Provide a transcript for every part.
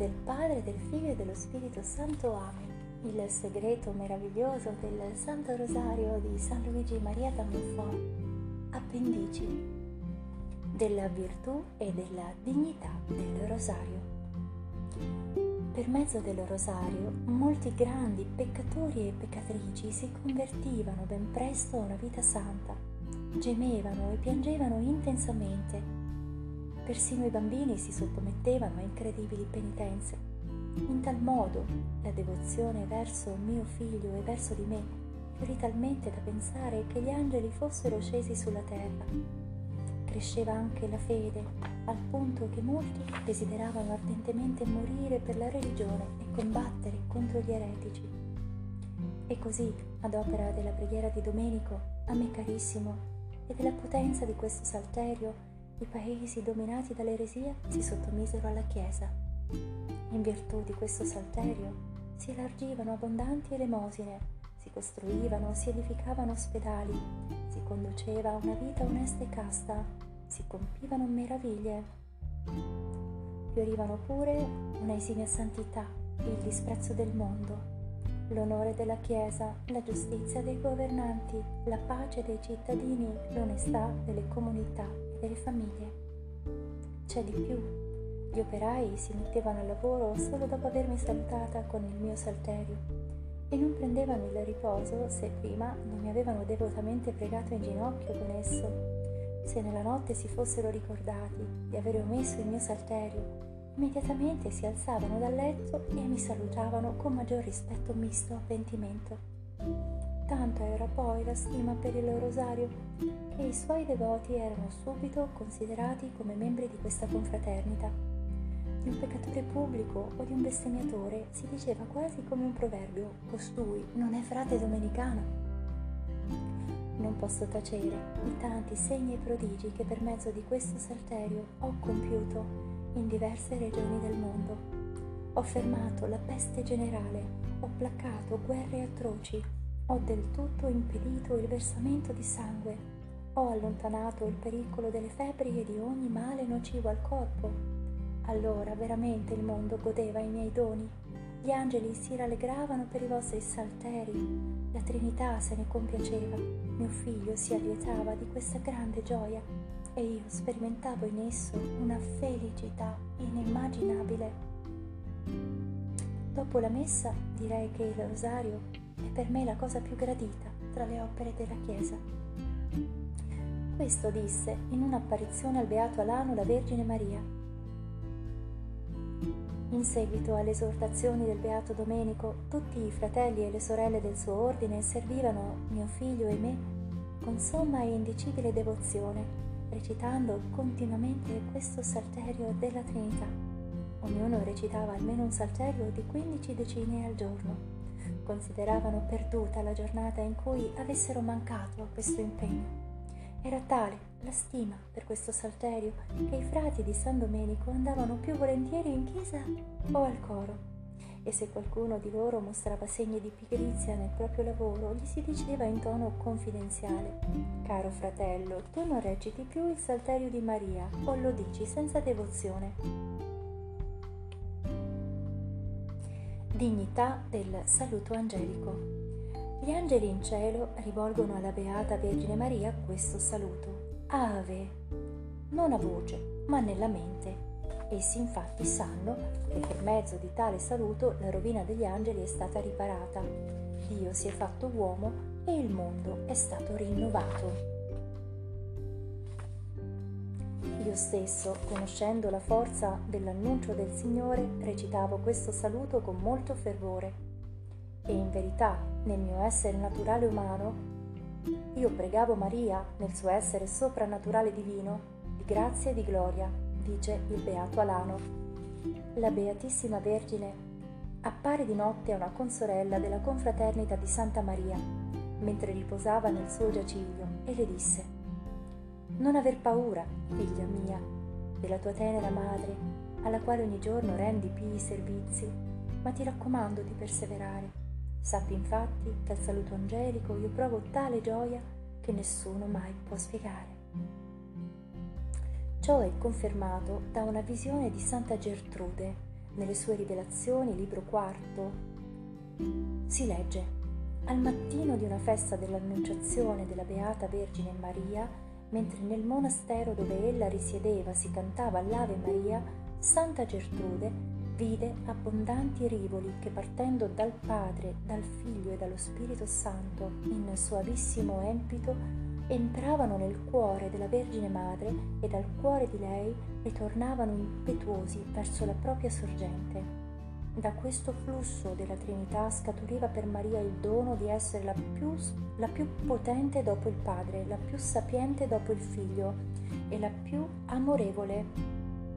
del Padre, del Figlio e dello Spirito Santo. Amen. Il segreto meraviglioso del Santo Rosario di San Luigi Maria da Montfort. Appendici della virtù e della dignità del Rosario. Per mezzo del Rosario, molti grandi peccatori e peccatrici si convertivano ben presto a una vita santa, gemevano e piangevano intensamente. Persino i bambini si sottomettevano a incredibili penitenze. In tal modo, la devozione verso mio figlio e verso di me fiorì talmente da pensare che gli angeli fossero scesi sulla terra. Cresceva anche la fede, al punto che molti desideravano ardentemente morire per la religione e combattere contro gli eretici. E così, ad opera della preghiera di Domenico, a me carissimo, e della potenza di questo salterio, i paesi dominati dall'eresia si sottomisero alla Chiesa. In virtù di questo salterio si elargivano abbondanti elemosine, si costruivano, si edificavano ospedali, si conduceva una vita onesta e casta, si compivano meraviglie. Fiorivano pure una esimia santità, il disprezzo del mondo, l'onore della Chiesa, la giustizia dei governanti, la pace dei cittadini, l'onestà delle comunità e delle famiglie. C'è di più. Gli operai si mettevano al lavoro solo dopo avermi salutata con il mio salterio e non prendevano il riposo se prima non mi avevano devotamente pregato in ginocchio con esso. Se nella notte si fossero ricordati di avere omesso il mio salterio, immediatamente si alzavano dal letto e mi salutavano con maggior rispetto misto a pentimento. Tanto era poi la stima per il rosario che i suoi devoti erano subito considerati come membri di questa confraternita. Di un peccatore pubblico o di un bestemmiatore si diceva quasi come un proverbio: costui non è frate domenicano. Non posso tacere i tanti segni e prodigi che per mezzo di questo salterio ho compiuto in diverse regioni del mondo. Ho fermato la peste generale, ho placato guerre atroci, ho del tutto impedito il versamento di sangue, ho allontanato il pericolo delle febbri e di ogni male nocivo al corpo. Allora veramente il mondo godeva i miei doni, gli angeli si rallegravano per i vostri salteri, la Trinità se ne compiaceva, mio figlio si allietava di questa grande gioia e io sperimentavo in esso una felicità inimmaginabile. Dopo la messa direi che il rosario è per me la cosa più gradita tra le opere della Chiesa. Questo disse in un'apparizione al Beato Alano la Vergine Maria. In seguito alle esortazioni del Beato Domenico, tutti i fratelli e le sorelle del suo ordine servivano mio figlio e me con somma e indicibile devozione, recitando continuamente questo salterio della Trinità. Ognuno recitava almeno un salterio di 15 decine al giorno. Consideravano perduta la giornata in cui avessero mancato a questo impegno. Era tale la stima per questo salterio che i frati di San Domenico andavano più volentieri in chiesa o al coro, e se qualcuno di loro mostrava segni di pigrizia nel proprio lavoro, gli si diceva in tono confidenziale: caro fratello, tu non reciti più il salterio di Maria o lo dici senza devozione. Dignità del saluto angelico. Gli angeli in cielo rivolgono alla Beata Vergine Maria questo saluto: Ave, non a voce, ma nella mente. Essi infatti sanno che per mezzo di tale saluto la rovina degli angeli è stata riparata, Dio si è fatto uomo e il mondo è stato rinnovato. Io stesso, conoscendo la forza dell'annuncio del Signore, recitavo questo saluto con molto fervore. E in verità, nel mio essere naturale umano, io pregavo Maria, nel suo essere soprannaturale divino, di grazia e di gloria, dice il Beato Alano. La Beatissima Vergine appare di notte a una consorella della confraternita di Santa Maria, mentre riposava nel suo giaciglio, e le disse: non aver paura, figlia mia, della tua tenera madre, alla quale ogni giorno rendi pii servizi, ma ti raccomando di perseverare. Sappi infatti che al saluto angelico io provo tale gioia che nessuno mai può spiegare. Ciò è confermato da una visione di Santa Gertrude, nelle sue rivelazioni, libro quarto, si legge: al mattino di una festa dell'Annunciazione della Beata Vergine Maria, mentre nel monastero dove ella risiedeva si cantava l'Ave Maria, Santa Gertrude vide abbondanti rivoli che, partendo dal Padre, dal Figlio e dallo Spirito Santo in soavissimo empito, entravano nel cuore della Vergine Madre e dal cuore di lei ritornavano impetuosi verso la propria sorgente. Da questo flusso della Trinità scaturiva per Maria il dono di essere la più potente dopo il Padre, la più sapiente dopo il Figlio e la più amorevole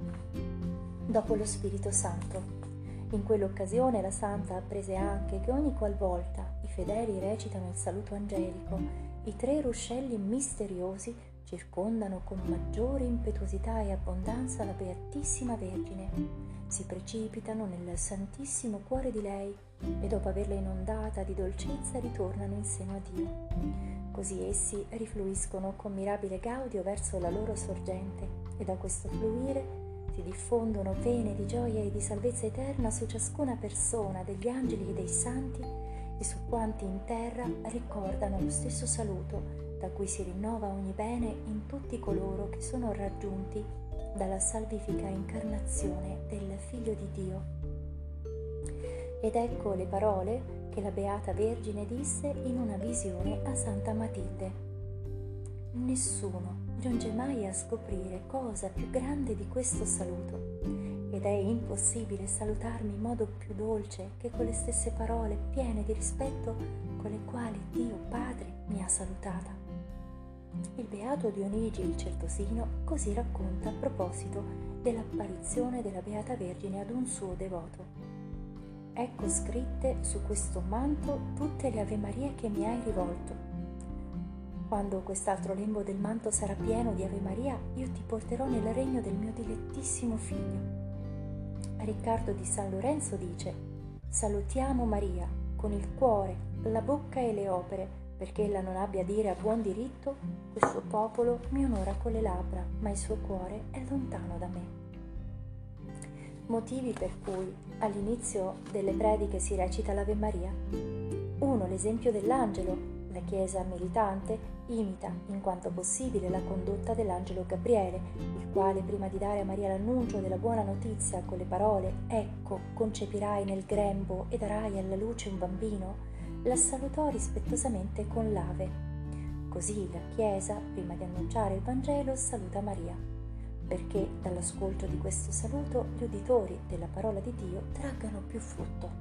dopo lo Spirito Santo. In quell'occasione la Santa apprese anche che ogni qualvolta i fedeli recitano il saluto angelico, i tre ruscelli misteriosi circondano con maggiore impetuosità e abbondanza la Beatissima Vergine, si precipitano nel Santissimo Cuore di lei e dopo averla inondata di dolcezza ritornano in seno a Dio. Così essi rifluiscono con mirabile gaudio verso la loro sorgente e da questo fluire si diffondono vene di gioia e di salvezza eterna su ciascuna persona degli angeli e dei santi e su quanti in terra ricordano lo stesso saluto da cui si rinnova ogni bene in tutti coloro che sono raggiunti dalla salvifica incarnazione del Figlio di Dio. Ed ecco le parole che la Beata Vergine disse in una visione a Santa Matilde: nessuno giunge mai a scoprire cosa più grande di questo saluto, ed è impossibile salutarmi in modo più dolce che con le stesse parole piene di rispetto con le quali Dio Padre mi ha salutata. Il beato Dionigi il Certosino così racconta a proposito dell'apparizione della Beata Vergine ad un suo devoto: ecco scritte su questo manto tutte le Ave Marie che mi hai rivolto. Quando quest'altro lembo del manto sarà pieno di Ave Maria, io ti porterò nel regno del mio dilettissimo Figlio. Riccardo di San Lorenzo dice: salutiamo Maria con il cuore, la bocca e le opere, perché ella non abbia a dire a buon diritto: questo popolo mi onora con le labbra, ma il suo cuore è lontano da me. Motivi per cui all'inizio delle prediche si recita l'Ave Maria: 1. L'esempio dell'angelo. La Chiesa militante imita, in quanto possibile, la condotta dell'angelo Gabriele, il quale, prima di dare a Maria l'annuncio della buona notizia con le parole «Ecco, concepirai nel grembo e darai alla luce un bambino», la salutò rispettosamente con l'Ave. Così la Chiesa, prima di annunciare il Vangelo, saluta Maria, perché dall'ascolto di questo saluto gli uditori della parola di Dio traggano più frutto.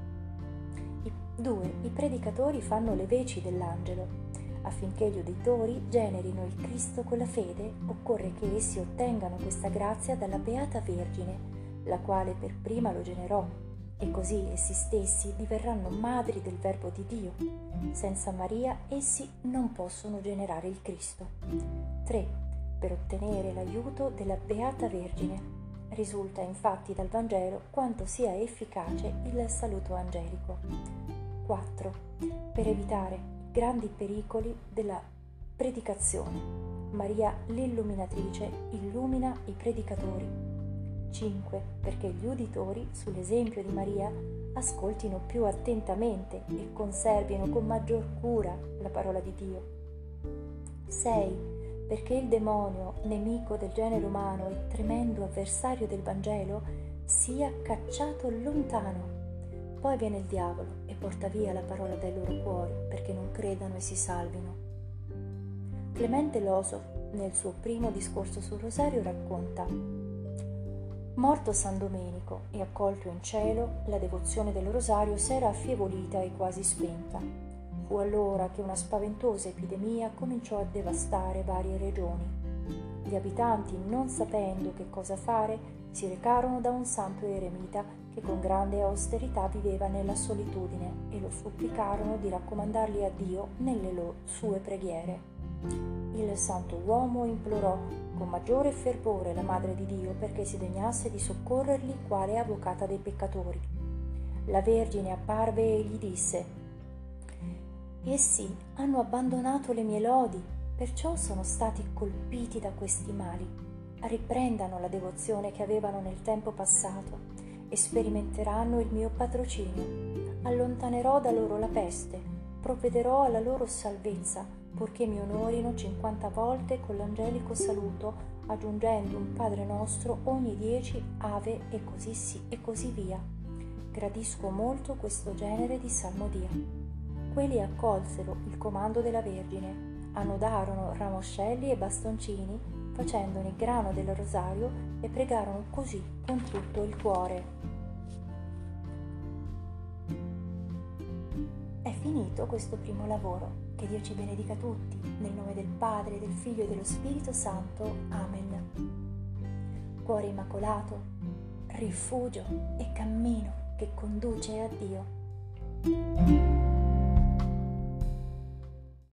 2. I predicatori fanno le veci dell'angelo. Affinché gli uditori generino il Cristo con la fede, occorre che essi ottengano questa grazia dalla Beata Vergine, la quale per prima lo generò, e così essi stessi diverranno madri del Verbo di Dio. Senza Maria essi non possono generare il Cristo. 3. Per ottenere l'aiuto della Beata Vergine. Risulta infatti dal Vangelo quanto sia efficace il saluto angelico. 4. Per evitare i grandi pericoli della predicazione. Maria l'illuminatrice illumina i predicatori. 5. Perché gli uditori, sull'esempio di Maria, ascoltino più attentamente e conservino con maggior cura la parola di Dio. 6. Perché il demonio, nemico del genere umano e tremendo avversario del Vangelo, sia cacciato lontano. Poi viene il diavolo e porta via la parola dai loro cuori, perché non credano e si salvino. Clemente Loso, nel suo primo discorso sul Rosario, racconta: morto San Domenico e accolto in cielo, la devozione del Rosario s'era affievolita e quasi spenta. Fu allora che una spaventosa epidemia cominciò a devastare varie regioni. Gli abitanti, non sapendo che cosa fare, si recarono da un santo eremita che con grande austerità viveva nella solitudine e lo supplicarono di raccomandarli a Dio nelle sue preghiere. Il santo uomo implorò con maggiore fervore la Madre di Dio perché si degnasse di soccorrerli quale avvocata dei peccatori. La Vergine apparve e gli disse: essi hanno abbandonato le mie lodi, perciò sono stati colpiti da questi mali. Riprendano la devozione che avevano nel tempo passato e sperimenteranno il mio patrocinio. Allontanerò da loro la peste, provvederò alla loro salvezza, purché mi onorino 50 volte con l'angelico saluto, aggiungendo un Padre nostro ogni 10 ave e così via. Gradisco molto questo genere di salmodia. Quelli accolsero il comando della Vergine, annodarono ramoscelli e bastoncini, facendone il grano del rosario, e pregarono così con tutto il cuore. È finito questo primo lavoro. Che Dio ci benedica tutti, nel nome del Padre, del Figlio e dello Spirito Santo. Amen. Cuore immacolato, rifugio e cammino che conduce a Dio.